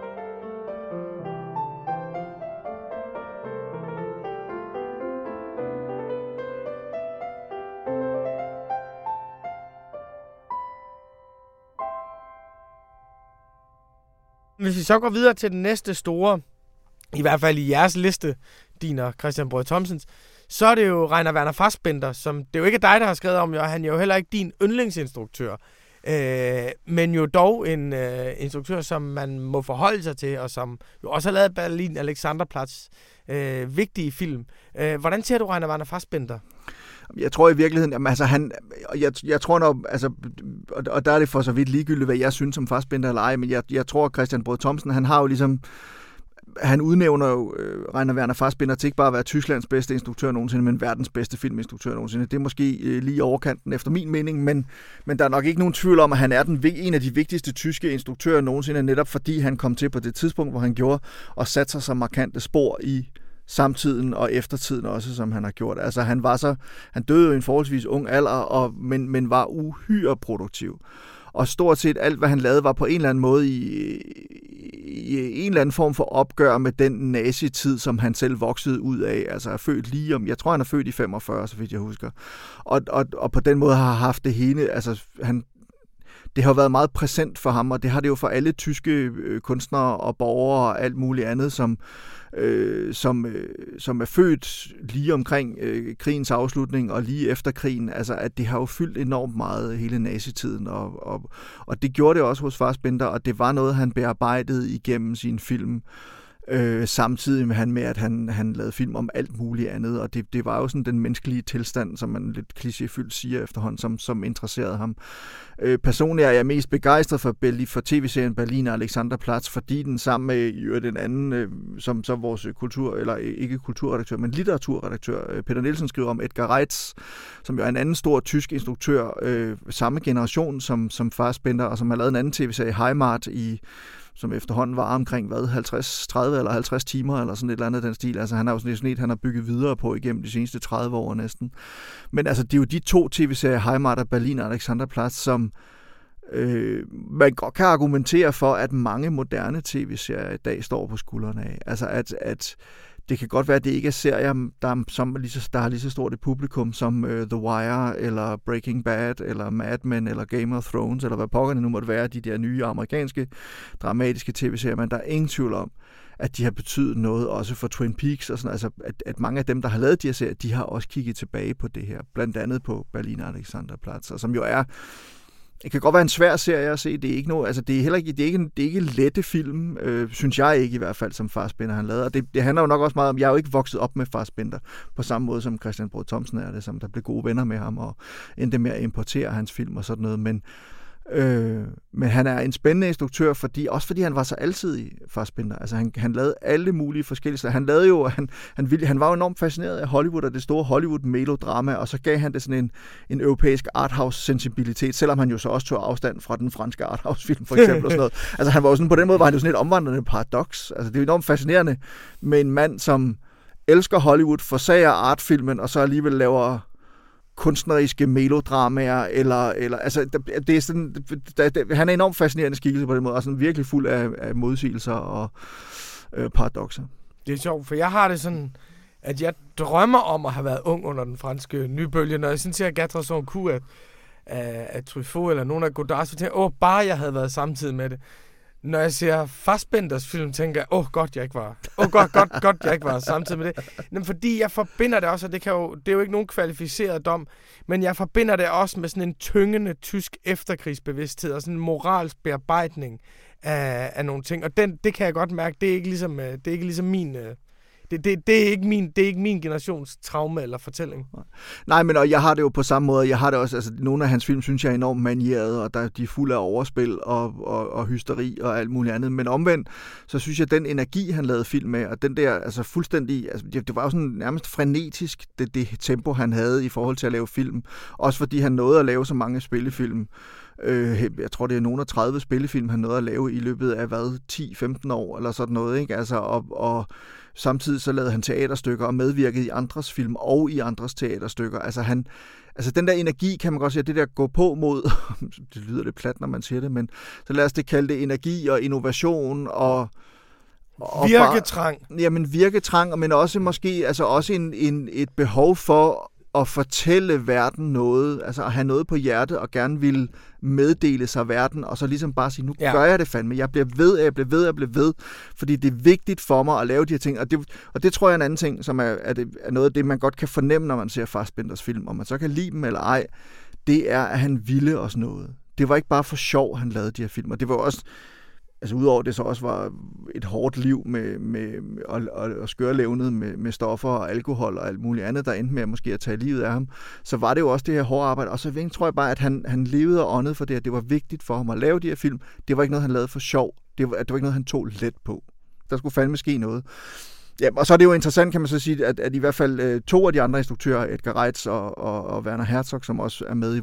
Hvis vi så går videre til den næste store, i hvert fald i jeres liste, din og Christian Brød Thomsens, så er det jo Rainer Werner Fassbinder, som det er jo ikke dig, der har skrevet om, og han er jo heller ikke din yndlingsinstruktør, men jo dog en instruktør, som man må forholde sig til, og som jo også har lavet Berlin Alexanderplatz, vigtige film. Hvordan ser du Rainer Werner Fassbinder? Jeg tror i virkeligheden, altså jeg tror nok, altså, og der er det for så vidt ligegyldigt, hvad jeg synes om Fassbinder eller ej, men jeg tror, Christian Brød Thomsen, han har jo ligesom, han udnævner jo Rainer Werner Fassbinder til ikke bare at være Tysklands bedste instruktør nogensinde, men verdens bedste filminstruktør nogensinde. Det er måske lige overkanten efter min mening, men der er nok ikke nogen tvivl om, at han er en af de vigtigste tyske instruktører nogensinde, netop fordi han kom til på det tidspunkt, hvor han gjorde, og satte sig så markante spor i samtiden og eftertiden også, som han har gjort. Altså han døde jo i en forholdsvis ung alder, men var uhyre produktiv. Og stort set alt, hvad han lavede, var på en eller anden måde i en eller anden form for opgør med den nazitid, som han selv voksede ud af. Altså er født jeg tror han er født i 45, så vidt jeg husker. Og på den måde har haft det hele, altså det har været meget præsent for ham, og det har det jo for alle tyske kunstnere og borgere og alt muligt andet, som er født lige omkring krigens afslutning og lige efter krigen. Altså, at det har jo fyldt enormt meget hele nazitiden, og det gjorde det også hos Fassbinder, og det var noget, han bearbejdede igennem sin film, samtidig med, at han lavede film om alt muligt andet, og det var jo sådan den menneskelige tilstand, som man lidt klichéfyldt siger efterhånden, som interesserede ham. Personligt er jeg mest begejstret for tv-serien Berlin og Alexanderplatz, fordi den sammen med den anden, som så vores ikke kulturredaktør, men litteraturredaktør, Peter Nielsen skriver om Edgar Reitz, som jo er en anden stor tysk instruktør, samme generation som Fassbinder, og som har lavet en anden tv-serie, Heimat, som efterhånden var omkring 30 eller 50 timer, eller sådan et eller andet den stil. Altså han har jo sådan et, han har bygget videre på igennem de seneste 30 år næsten. Men altså, det er jo de to tv-serier, Heimat og Berlin og Alexanderplatz, som man godt kan argumentere for, at mange moderne tv-serier i dag står på skuldrene af. Altså at det kan godt være, at det ikke er serier, der har lige så stort et publikum som The Wire, eller Breaking Bad, eller Mad Men, eller Game of Thrones, eller hvad pokkerne nu måtte være, de der nye amerikanske dramatiske tv-serier, men der er ingen tvivl om, at de har betydet noget også for Twin Peaks, og sådan, altså at mange af dem, der har lavet de her serier, de har også kigget tilbage på det her, blandt andet på Berlin og Alexanderplatz, og som jo er, det kan godt være en svær serie at se. Det er ikke noget, altså det er heller ikke, det er ikke lette film, synes jeg ikke i hvert fald, som Fassbinder han lavede. Og det handler jo nok også meget om, jeg er jo ikke vokset op med Fassbinder på samme måde som Christian Brød Thomsen er det, som der blev gode venner med ham og endte med at importere hans film og sådan noget. Men han er en spændende instruktør, også fordi han var så altid Fassbinder. Altså han lavede alle mulige forskellige. Han lavede jo, han var jo enormt fascineret af Hollywood og det store Hollywood-melodrama, og så gav han det sådan en europæisk arthouse-sensibilitet, selvom han jo så også tog afstand fra den franske arthouse-film, for eksempel. Og sådan noget. Altså han var jo sådan, på den måde var han jo sådan et omvandrende paradoks. Altså det er jo enormt fascinerende med en mand, som elsker Hollywood, forsager artfilmen, og så alligevel laver kunstneriske melodramaer, eller altså, det er sådan, han er enormt fascinerende skikkelse på den måde, og sådan virkelig fuld af modsigelser og paradokser. Det er sjovt, for jeg har det sådan, at jeg drømmer om at have været ung under den franske nybølge. Når jeg sådan ser Gatterson Q af Truffaut eller nogen af Godard, så tænker jeg, bare jeg havde været samtidig med det. Når jeg ser Fassbinders film, tænker jeg, godt jeg ikke var samtidig med det. Men fordi jeg forbinder det også, og det er jo ikke nogen kvalificeret dom, men jeg forbinder det også med sådan en tyngende tysk efterkrigsbevidsthed og sådan en moralsk bearbejdning af nogle ting. Og det kan jeg godt mærke, det er ikke ligesom min... Det er ikke min generations traume eller fortælling. Nej, men og jeg har det jo på samme måde. Jeg har det også, altså nogle af hans film synes jeg er enormt manierede, og de er fulde af overspil og hysteri og alt muligt andet. Men omvendt, så synes jeg, at den energi, han lavede film med, og den der, altså fuldstændig, altså det var jo sådan nærmest frenetisk, det tempo, han havde i forhold til at lave film. Også fordi han nåede at lave så mange spillefilm. Jeg tror, det er nogle af 30 spillefilm, han nåede at lave i løbet af, 10-15 år, eller sådan noget, ikke? Altså, og samtidig så lavede han teaterstykker og medvirkede i andres film og i andres teaterstykker. Altså den der energi, kan man godt sige, det der gå på mod, det lyder lidt plat, når man siger det, men så lad os det kalde det energi og innovation og virketrang. Virketrang, men også måske altså også et behov for at fortælle verden noget, altså at have noget på hjertet og gerne vil meddele sig verden, og så ligesom bare sige, nu gør jeg det fandme, jeg bliver ved, fordi det er vigtigt for mig at lave de her ting, og det tror jeg er en anden ting, som er noget af det, man godt kan fornemme, når man ser Fassbinders film, om man så kan lide dem eller ej, det er, at han ville os noget. Det var ikke bare for sjov, han lavede de her film, og det var også, altså udover det så også var et hårdt liv og skørlevnet med stoffer og alkohol og alt muligt andet, der endte med måske at tage livet af ham, så var det jo også det her hårde arbejde. Og så tror jeg bare, at han levede og åndede for det, at det var vigtigt for ham at lave de her film. Det var ikke noget, han lavede for sjov. Det var ikke noget, han tog let på. Der skulle fandme ske noget. Ja, og så er det jo interessant, kan man så sige, at i hvert fald 2 af de andre instruktører, Edgar Reitz og Werner Herzog, som også er med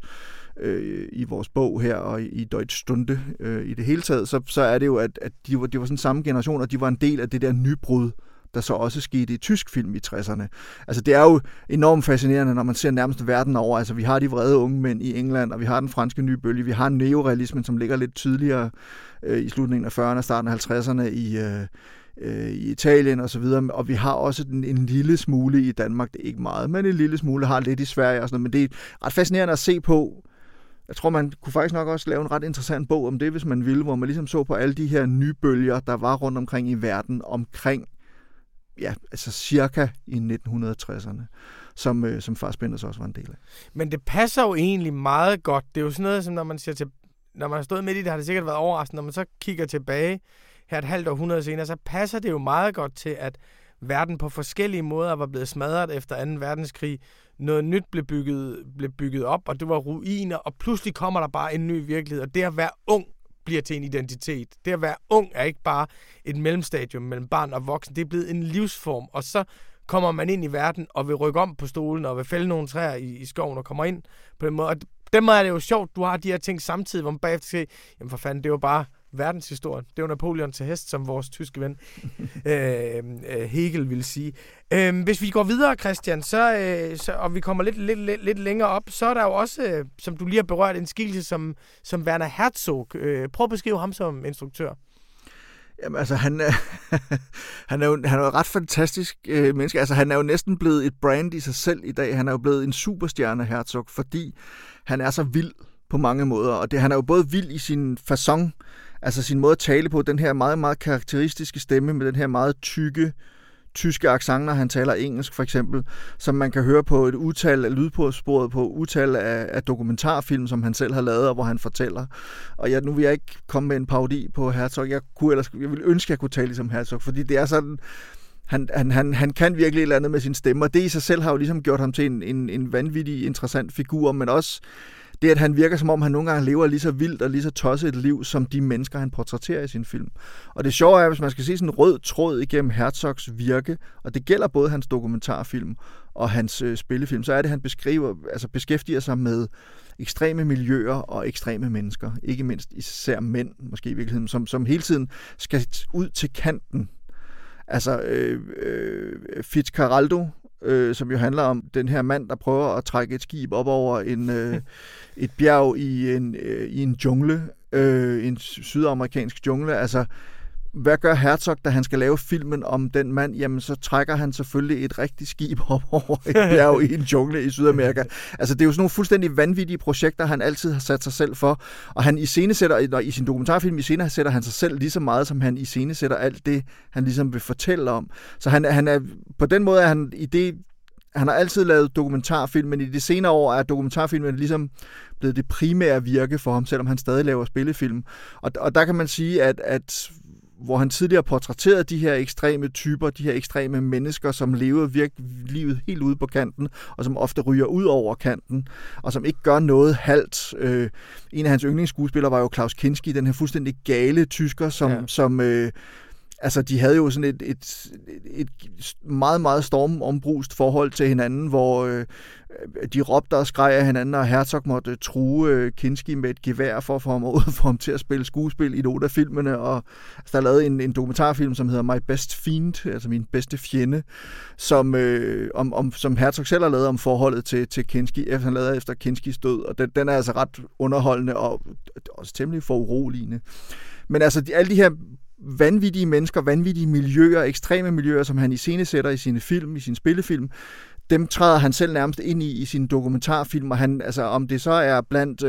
i vores bog her, og i Deutsche Stunde i det hele taget, så er det jo, at de var sådan samme generation, og de var en del af det der nybrud, der så også skete i tysk film i 60'erne. Altså det er jo enormt fascinerende, når man ser nærmest verden over. Altså vi har de vrede unge mænd i England, og vi har den franske nye bølge, vi har neorealismen, som ligger lidt tydeligere i slutningen af 40'erne og starten af 50'erne i Italien og så videre, og vi har også en lille smule i Danmark, det er ikke meget, men en lille smule har lidt i Sverige og sådan noget, men det er ret fascinerende at se på. Jeg tror, man kunne faktisk nok også lave en ret interessant bog om det, hvis man ville, hvor man ligesom så på alle de her nye bølger, der var rundt omkring i verden, omkring, altså cirka i 1960'erne, som Fassbinders også var en del af. Men det passer jo egentlig meget godt. Det er jo sådan noget, som når man har stået midt i det, har det sikkert været overraskende. Når man så kigger tilbage her et halvt århundrede senere, så passer det jo meget godt til, at verden på forskellige måder var blevet smadret efter 2. verdenskrig. Noget nyt blev bygget op, og det var ruiner, og pludselig kommer der bare en ny virkelighed, og det at være ung bliver til en identitet. Det at være ung er ikke bare et mellemstadium mellem barn og voksen, det er blevet en livsform, og så kommer man ind i verden og vil rykke om på stolen og vil fælde nogle træer i skoven og kommer ind på den måde. Og den måde er det jo sjovt, du har de her ting samtidig, hvor man bagefter siger, jamen for fanden, det var bare verdenshistorien. Det var Napoleon til hest, som vores tyske ven Hegel ville sige. Hvis vi går videre, Christian, så og vi kommer lidt længere op, så er der jo også, som du lige har berørt, en skikkelse som Werner Herzog. Prøv at beskrive ham som instruktør. Jamen altså, han er jo et ret fantastisk menneske. Altså, han er jo næsten blevet et brand i sig selv i dag. Han er jo blevet en superstjerne, Herzog, fordi han er så vild på mange måder. Og han er jo både vild i sin facon, altså sin måde at tale på, den her meget, meget karakteristiske stemme med den her meget tyske accent, når han taler engelsk for eksempel, som man kan høre på et utal af lydsporet på utal af dokumentarfilm, som han selv har lavet, og hvor han fortæller. Og nu vil jeg ikke komme med en parodi på Herzog. Jeg vil ønske, at jeg kunne tale ligesom Herzog, fordi det er sådan, han kan virkelig et eller andet med sin stemme, og det i sig selv har jo ligesom gjort ham til en vanvittig interessant figur, men også det, at han virker, som om han nogle gange lever lige så vildt og lige så tosset et liv, som de mennesker, han portrætterer i sin film. Og det sjove er, hvis man skal se sådan en rød tråd igennem Herzogs virke, og det gælder både hans dokumentarfilm og hans spillefilm, så er det, han beskæftiger sig med ekstreme miljøer og ekstreme mennesker. Ikke mindst især mænd, måske i virkeligheden, som hele tiden skal ud til kanten. Altså, Fitzcarraldo, som jo handler om den her mand, der prøver at trække et skib op over et bjerg i en jungle, en sydamerikansk jungle. Altså, hvad gør Herzog, da han skal lave filmen om den mand? Jamen, så trækker han selvfølgelig et rigtigt skib op over et bjerg i en jungle i Sydamerika. Altså, det er jo sådan nogle fuldstændig vanvittige projekter, han altid har sat sig selv for. Og han iscenesætter, i sin dokumentarfilm iscenesætter han sig selv lige så meget, som han iscenesætter alt det, han ligesom vil fortælle om. Så han er, på den måde er han i det. Han har altid lavet dokumentarfilm, men i de senere år er dokumentarfilmen ligesom blevet det primære virke for ham, selvom han stadig laver spillefilm. Og der kan man sige, at hvor han tidligere portrætterede de her ekstreme typer, de her ekstreme mennesker, som lever livet helt ude på kanten, og som ofte ryger ud over kanten, og som ikke gør noget halvt. En af hans yndlingsskuespillere var jo Klaus Kinski, den her fuldstændig gale tysker, som altså, de havde jo sådan et meget, meget stormombrust forhold til hinanden, hvor de råbte og skreg af hinanden, og Herzog måtte true Kinski med et gevær for at få ham til at spille skuespil i nogle af filmene. Og der er lavet en dokumentarfilm, som hedder My Best Fiend, altså min bedste fjende, som Herzog selv har lavet om forholdet til Kinski, efter han lavede efter Kinskis død. Og den er altså ret underholdende og også temmelig foruroligende. Men altså, alle de her vanvittige mennesker, vanvittige miljøer, ekstreme miljøer, som han iscenesætter i sine film, i sin spillefilm, dem træder han selv nærmest ind i sin dokumentarfilm, og han, altså om det så er blandt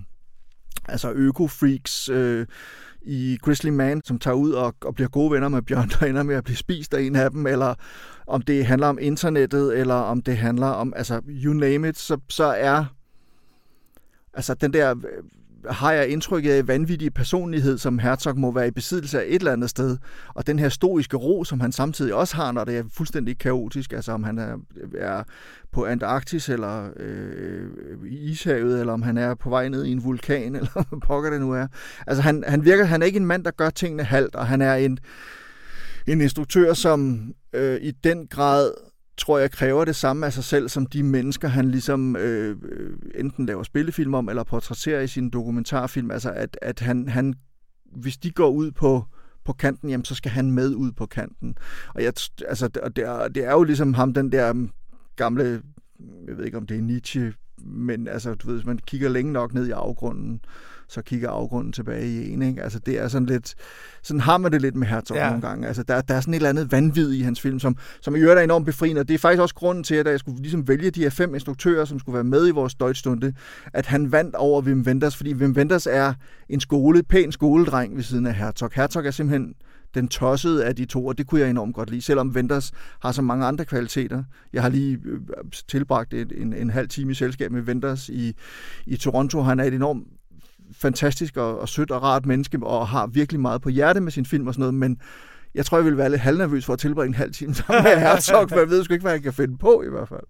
øko-freaks i Grizzly Man, som tager ud og bliver gode venner med bjørn, der ender med at blive spist af en af dem, eller om det handler om internettet, eller om det handler om, altså you name it, så er altså den der har jeg indtrykket af vanvittig personlighed, som Herzog må være i besiddelse af et eller andet sted. Og den her stoiske ro, som han samtidig også har, når det er fuldstændig kaotisk, altså om han er på Antarktis, eller i Ishavet, eller om han er på vej ned i en vulkan, eller hvad pokker det nu er. Altså han er ikke en mand, der gør tingene halvt, og han er en instruktør, som i den grad tror jeg kræver det samme af sig selv, som de mennesker, han ligesom enten laver spillefilm om, eller portrætterer i sin dokumentarfilm. Altså, at han hvis de går ud på kanten, jamen, så skal han med ud på kanten. Og det er jo ligesom ham, den der gamle, jeg ved ikke, om det er Nietzsche, men altså, du ved, hvis man kigger længe nok ned i afgrunden, så kigger afgrunden tilbage i en, ikke? Altså, det er sådan lidt, sådan har man det lidt med Herzog nogle gange. Altså, der er sådan et eller andet vanvid i hans film, som i øvrigt er enormt befriende, og det er faktisk også grunden til, at da jeg skulle ligesom vælge de her 5 instruktører, som skulle være med i vores Deutschstunde, at han vandt over Wim Wenders, fordi Wim Wenders er en pæn skoledreng ved siden af Herzog. Herzog er simpelthen den tossede af de to, og det kunne jeg enormt godt lide, selvom Wenders har så mange andre kvaliteter. Jeg har lige tilbragt en halv time i selskab med Wenders i Toronto. Han er et enormt fantastisk og sødt og rart menneske, og har virkelig meget på hjerte med sin film og sådan noget, men jeg tror, jeg ville være lidt halvnervøs for at tilbringe en halv time sammen med Herzog, for jeg ved sgu ikke, hvad jeg kan finde på i hvert fald.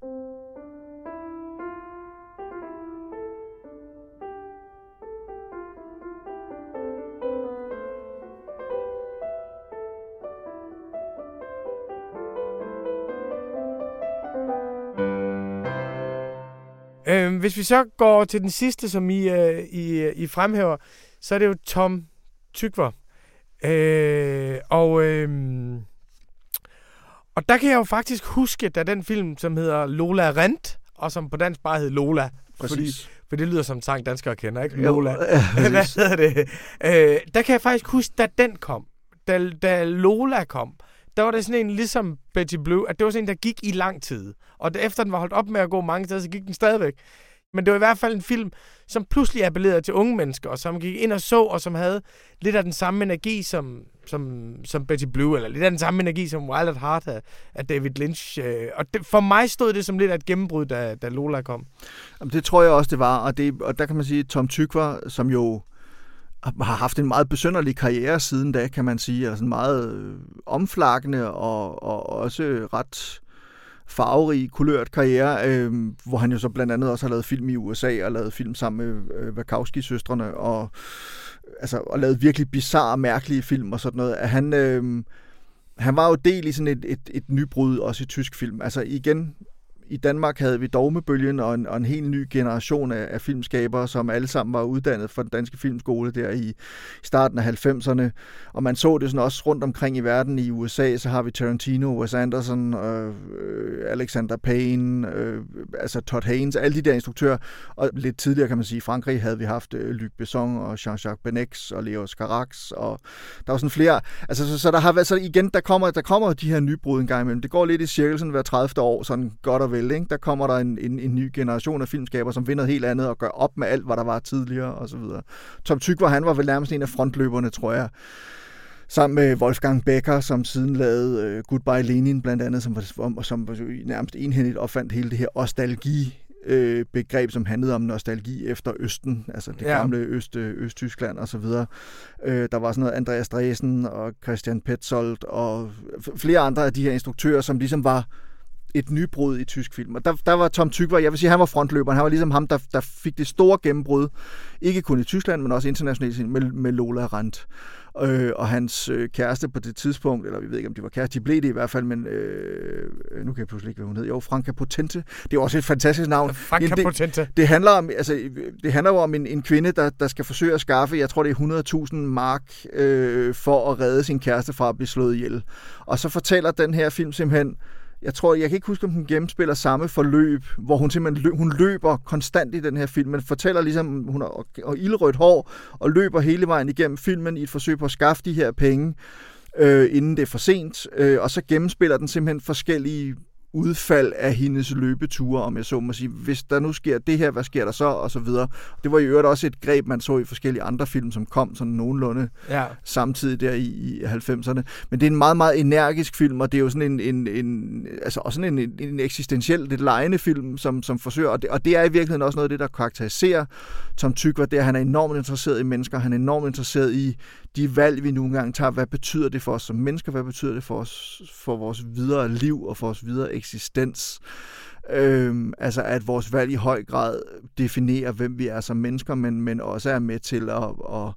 Hvis vi så går til den sidste, som I fremhæver, så er det jo Tom Tykwer. Og der kan jeg jo faktisk huske, da den film, som hedder Lola Rent, og som på dansk bare hed Lola, for det lyder som en sang, danskere kender, ikke? Lola. Hvad hedder det? Der kan jeg faktisk huske, da den kom, da Lola kom, der var det sådan en ligesom Betty Blue, at det var sådan en, der gik i lang tid. Og efter den var holdt op med at gå mange steder, så gik den stadigvæk. Men det var i hvert fald en film, som pludselig appellerede til unge mennesker, og som gik ind og så, og som havde lidt af den samme energi som Betty Blue, eller lidt af den samme energi som Wild at Heart af David Lynch. Og for mig stod det som lidt af et gennembrud, da Lola kom. Jamen, det tror jeg også, det var. Og der kan man sige, Tom Tykwer, som jo har haft en meget besynderlig karriere siden da, kan man sige, og sådan meget omflakkende og også ret farverig, kulørt karriere, hvor han jo så blandt andet også har lavet film i USA og lavet film sammen med Wachowski-søstrene og lavet virkelig bizarre, mærkelige film og sådan noget. Han var jo del i sådan et nybrud også i tysk film. Altså igen, I Danmark havde vi Dogmebølgen og en helt ny generation af filmskabere, som alle sammen var uddannet fra den danske filmskole der i starten af 90'erne. Og man så det sådan også rundt omkring i verden. I USA, så har vi Tarantino, Wes Anderson, Alexander Payne, altså Todd Haynes, alle de der instruktører. Og lidt tidligere, kan man sige, i Frankrig havde vi haft Luc Besson og Jean-Jacques Benex og Leos Carax, og der var sådan flere. Altså, så der har været, så igen, der kommer de her nybrud en gang imellem. Det går lidt i cirkelsen hver 30. år, sådan godt og vel, ikke? Der kommer der en ny generation af filmskaber, som vinder helt andet og gør op med alt, hvad der var tidligere, og så videre. Tom Tykwer, han var vel nærmest en af frontløberne, tror jeg, sammen med Wolfgang Becker, som siden lavede Goodbye Lenin, blandt andet, som nærmest enhændigt opfandt hele det her nostalgi begreb, som handlede om nostalgi efter Østen, altså det gamle Østtyskland og så videre. Der var sådan noget Andreas Dresen og Christian Petzold og flere andre af de her instruktører, som ligesom var et nybrud i tysk film. Og der var Tom Tykwer, jeg vil sige, han var frontløberen. Han var ligesom ham, der fik det store gennembrud, ikke kun i Tyskland, men også internationalt med Lola Arendt. Og hans kæreste på det tidspunkt, eller vi ved ikke, om de var kæreste, de blev det i hvert fald, men nu kan jeg pludselig ikke, hvad hun hed. Jo, Franka Potente. Det er også et fantastisk navn. Franka Potente. Det handler jo om en kvinde, der skal forsøge at skaffe, jeg tror det er 100.000 mark, for at redde sin kæreste fra at blive slået ihjel. Og så fortæller den her film simpelthen, jeg kan ikke huske, om hun gennemspiller samme forløb, hvor hun simpelthen hun løber konstant i den her film, men fortæller ligesom, hun har ildrødt hår, og løber hele vejen igennem filmen i et forsøg på at skaffe de her penge, inden det er for sent, og så gennemspiller den simpelthen forskellige udfald af hendes løbeture, om jeg så må sige, hvis der nu sker det her, hvad sker der så, og så videre. Det var i øvrigt også et greb, man så i forskellige andre film, som kom sådan nogenlunde samtidig der i 90'erne. Men det er en meget, meget energisk film, og det er jo sådan en eksistentiel, lidt legende film, som forsøger, og det er i virkeligheden også noget af det, der karakteriserer Tom Tykwer, det er, at han er enormt interesseret i mennesker, han er enormt interesseret i de valg, vi nogle gange tager. Hvad betyder det for os som mennesker? Hvad betyder det for os, for vores videre liv og for vores videre eksistens? Altså at vores valg i høj grad definerer, hvem vi er som mennesker, men også er med til at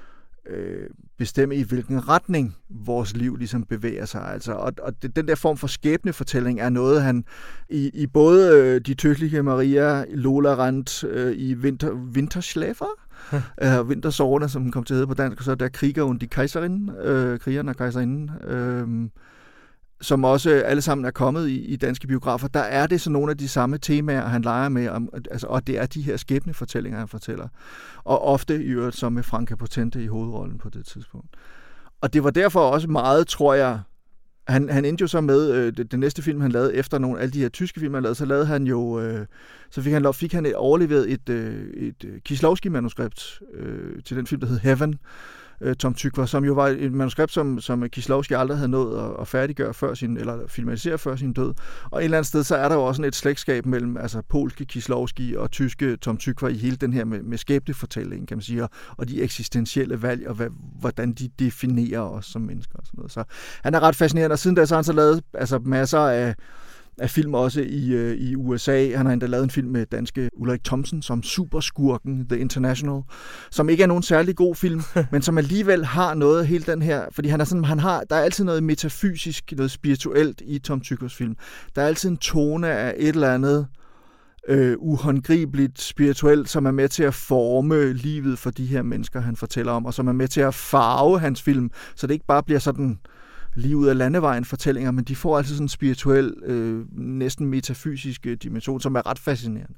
bestemme, i hvilken retning vores liv ligesom bevæger sig. Altså, og den der form for skæbnefortælling er noget, han i både De Tödliche Maria, Lola Arendt, i Winterschläfer, Vintersoverne, som den kom til at hedde på dansk, og så der Krieger und die Kaiserin, Krigeren og Kejserinden, som også alle sammen er kommet i danske biografer, der er det så nogle af de samme temaer, han leger med, og det er de her skæbnefortællinger, han fortæller. Og ofte i øvrigt som med Franka Potente i hovedrollen på det tidspunkt. Og det var derfor også meget, tror jeg, han endte jo så med det næste film, han lavede efter alle de her tyske film, han lavede, så lavede han jo, så fik han overleveret et Kieslowski-manuskript til den film, der hed Heaven, Tom Tykwer, som jo var et manuskript, som Kieslowski aldrig havde nået at færdiggøre eller filmatisere før sin død. Og et eller andet sted, så er der jo også et slægtskab mellem polske Kieslowski og tyske Tom Tykwer i hele den her med skæbnefortælling, kan man sige, og de eksistentielle valg, og hvordan de definerer os som mennesker og sådan noget. Så han er ret fascinerende, og siden da så har han så lavet masser af film også i USA. Han har endda lavet en film med danske Ulrik Thomsen som Superskurken, The International, som ikke er nogen særlig god film, men som alligevel har noget af hele den her, fordi der er altid noget metafysisk, noget spirituelt i Tom Tykwers film. Der er altid en tone af et eller andet uhåndgribeligt, spirituelt, som er med til at forme livet for de her mennesker, han fortæller om, og som er med til at farve hans film, så det ikke bare bliver sådan lige ud af landevejen fortællinger, men de får altså sådan en spirituel, næsten metafysisk dimension, som er ret fascinerende.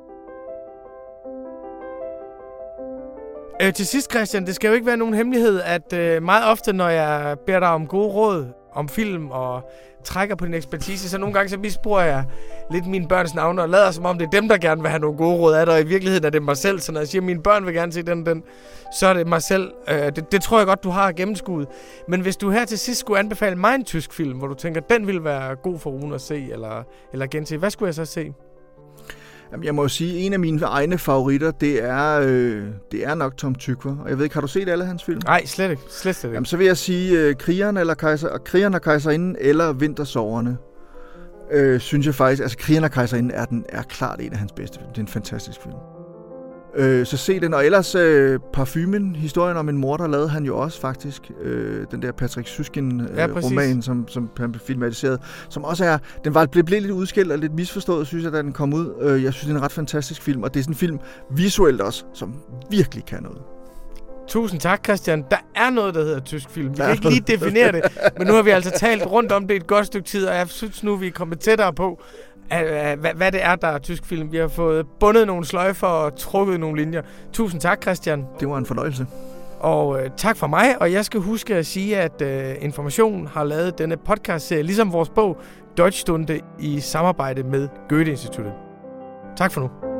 Til sidst, Christian, det skal jo ikke være nogen hemmelighed, at meget ofte, når jeg beder dig om gode råd om film og trækker på din ekspertise, så nogle gange så misbruger jeg lidt mine børns navne og lader som om det er dem, der gerne vil have nogle gode råd af det, og i virkeligheden er det mig selv. Så når jeg siger, at mine børn vil gerne se den, så er det mig selv. Det tror jeg godt, du har gennemskuet. Men hvis du her til sidst skulle anbefale mig en tysk film, hvor du tænker, den ville være god for Rune at se eller gense, hvad skulle jeg så se? Jamen, jeg må jo sige, en af mine egne favoritter, det er nok Tom Tykwer. Og jeg ved ikke, har du set alle hans film? Nej, slet ikke. Slet ikke. Jamen, så vil jeg sige Krigeren og Kejserinden eller Vintersoverne. Synes jeg faktisk, altså Krigeren og Kejserinden er klart en af hans bedste film. Det er en fantastisk film. Så se den. Og ellers Parfumen, historien om en morder, lavede han jo også faktisk. Den der Patrick Süskind-roman, som han filmatiseret. Som også er... Den blev lidt udskilt og lidt misforstået, synes jeg, da den kom ud. Jeg synes, det er en ret fantastisk film. Og det er sådan en film visuelt også, som virkelig kan noget. Tusind tak, Christian. Der er noget, der hedder tysk film. Vi kan ikke lige definere det, men nu har vi altså talt rundt om det et godt stykke tid, og jeg synes nu, vi er kommet tættere på, hvad det er, der er tysk film. Vi har fået bundet nogle sløjfer og trukket nogle linjer. Tusind tak, Christian. Det var en fornøjelse. Og tak for mig, og jeg skal huske at sige, at Information har lavet denne podcast-serie, ligesom vores bog Deutschstunde, i samarbejde med Goethe-instituttet. Tak for nu.